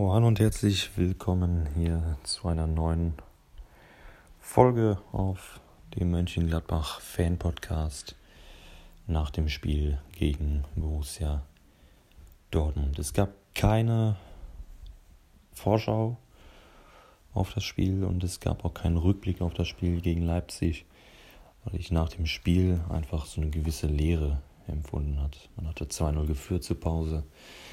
Jo, hallo und herzlich willkommen hier zu einer neuen Folge auf dem Mönchengladbach Fan Podcast nach dem Spiel gegen Borussia Dortmund. Es gab keine Vorschau auf das Spiel und es gab auch keinen Rückblick auf das Spiel gegen Leipzig, weil ich nach dem Spiel einfach so eine gewisse Leere empfunden hat. Man hatte 2-0 geführt zur Pause.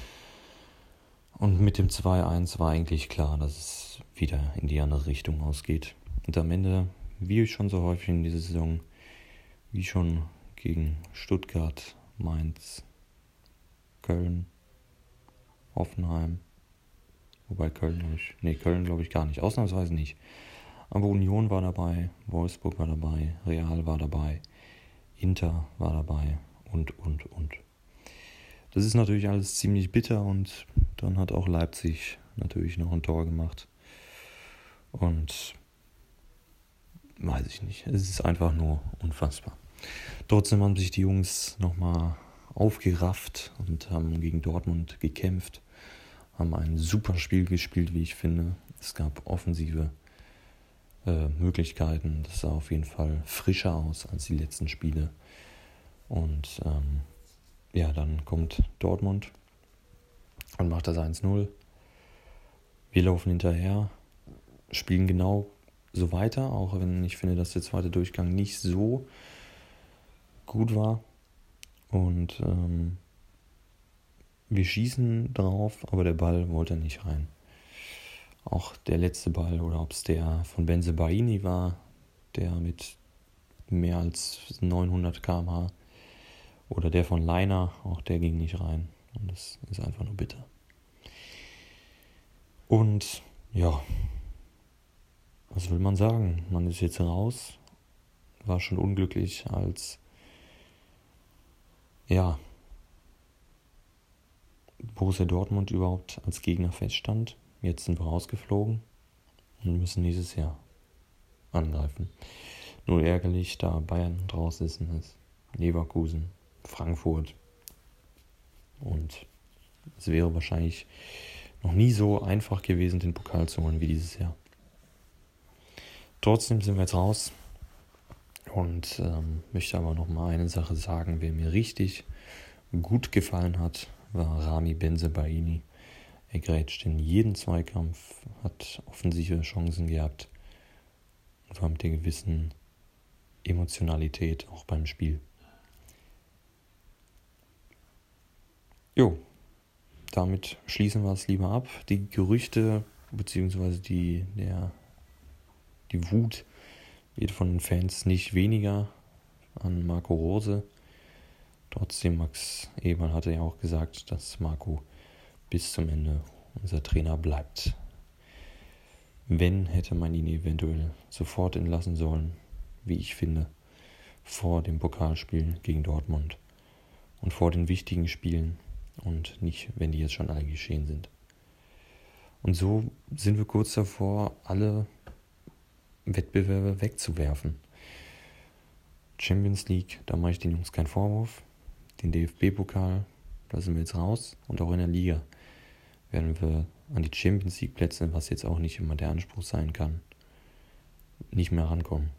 Und mit dem 2-1 war eigentlich klar, dass es wieder in die andere Richtung ausgeht. Und am Ende, wie schon so häufig in dieser Saison, wie schon gegen Stuttgart, Mainz, Köln, Hoffenheim, wobei Köln glaube ich gar nicht, ausnahmsweise nicht. Aber Union war dabei, Wolfsburg war dabei, Real war dabei, Inter war dabei und. Das ist natürlich alles ziemlich bitter und dann hat auch Leipzig natürlich noch ein Tor gemacht. Und weiß ich nicht, es ist einfach nur unfassbar. Trotzdem haben sich die Jungs nochmal aufgerafft und haben gegen Dortmund gekämpft, haben ein super Spiel gespielt, wie ich finde. Es gab offensive Möglichkeiten, das sah auf jeden Fall frischer aus als die letzten Spiele. Und dann kommt Dortmund und macht das 1-0. Wir laufen hinterher, spielen genau so weiter, auch wenn ich finde, dass der zweite Durchgang nicht so gut war. Und wir schießen drauf, aber der Ball wollte nicht rein. Auch der letzte Ball, oder ob es der von Bensebaini war, der mit mehr als 900 km/h, oder der von Leiner, auch der ging nicht rein. Und das ist einfach nur bitter. Und ja, was will man sagen? Man ist jetzt raus. War schon unglücklich, als Borussia Dortmund überhaupt als Gegner feststand. Jetzt sind wir rausgeflogen und müssen nächstes Jahr angreifen. Nur ärgerlich, da Bayern draußen ist, Leverkusen, Frankfurt. Und es wäre wahrscheinlich noch nie so einfach gewesen, den Pokal zu holen wie dieses Jahr. Trotzdem sind wir jetzt raus und möchte aber noch mal eine Sache sagen. Wer mir richtig gut gefallen hat, war Rami Bensebaini. Er grätscht in jeden Zweikampf, hat offensive Chancen gehabt und war mit der gewissen Emotionalität auch beim Spiel. Jo, damit schließen wir es lieber ab. Die Gerüchte bzw. die Wut wird von den Fans nicht weniger an Marco Rose. Trotzdem, Max Eberl hatte ja auch gesagt, dass Marco bis zum Ende unser Trainer bleibt. Wenn, hätte man ihn eventuell sofort entlassen sollen, wie ich finde, vor dem Pokalspiel gegen Dortmund und vor den wichtigen Spielen. Und nicht, wenn die jetzt schon alle geschehen sind. Und so sind wir kurz davor, alle Wettbewerbe wegzuwerfen. Champions League, da mache ich den Jungs keinen Vorwurf. Den DFB-Pokal, da sind wir jetzt raus. Und auch in der Liga werden wir an die Champions League Plätze, was jetzt auch nicht immer der Anspruch sein kann, nicht mehr rankommen.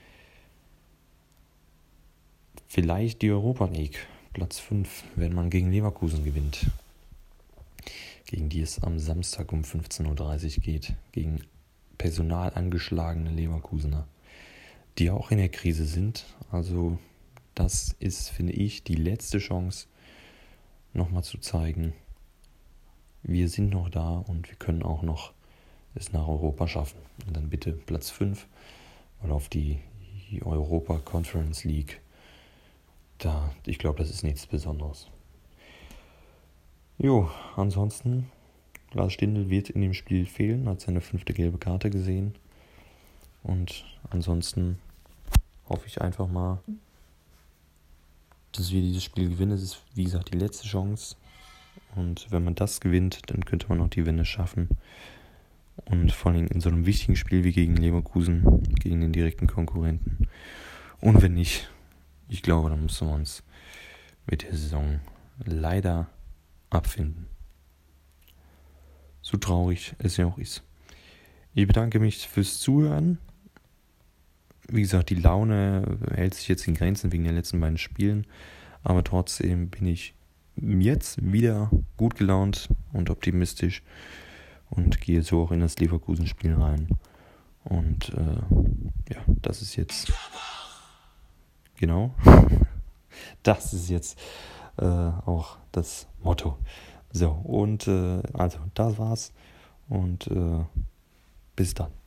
Vielleicht die Europa League. Platz 5, wenn man gegen Leverkusen gewinnt. Gegen die es am Samstag um 15.30 Uhr geht. Gegen personal angeschlagene Leverkusener, die auch in der Krise sind. Also das ist, finde ich, die letzte Chance, nochmal zu zeigen, wir sind noch da und wir können auch noch es nach Europa schaffen. Und dann bitte Platz 5, weil auf die Europa Conference League, ich glaube, das ist nichts Besonderes. Jo, ansonsten, Lars Stindl wird in dem Spiel fehlen, hat seine 5. gelbe Karte gesehen. Und ansonsten hoffe ich einfach mal, dass wir dieses Spiel gewinnen. Es ist, wie gesagt, die letzte Chance. Und wenn man das gewinnt, dann könnte man auch die Wende schaffen. Und vor allem in so einem wichtigen Spiel wie gegen Leverkusen, gegen den direkten Konkurrenten. Und wenn nicht, ich glaube, dann müssen wir uns mit der Saison leider abfinden. So traurig es ja auch ist. Ich bedanke mich fürs Zuhören. Wie gesagt, die Laune hält sich jetzt in Grenzen wegen den letzten beiden Spielen. Aber trotzdem bin ich jetzt wieder gut gelaunt und optimistisch und gehe so auch in das Leverkusen-Spiel rein. Und ja, das ist jetzt genau, das ist jetzt auch das Motto. So, und also das war's und bis dann.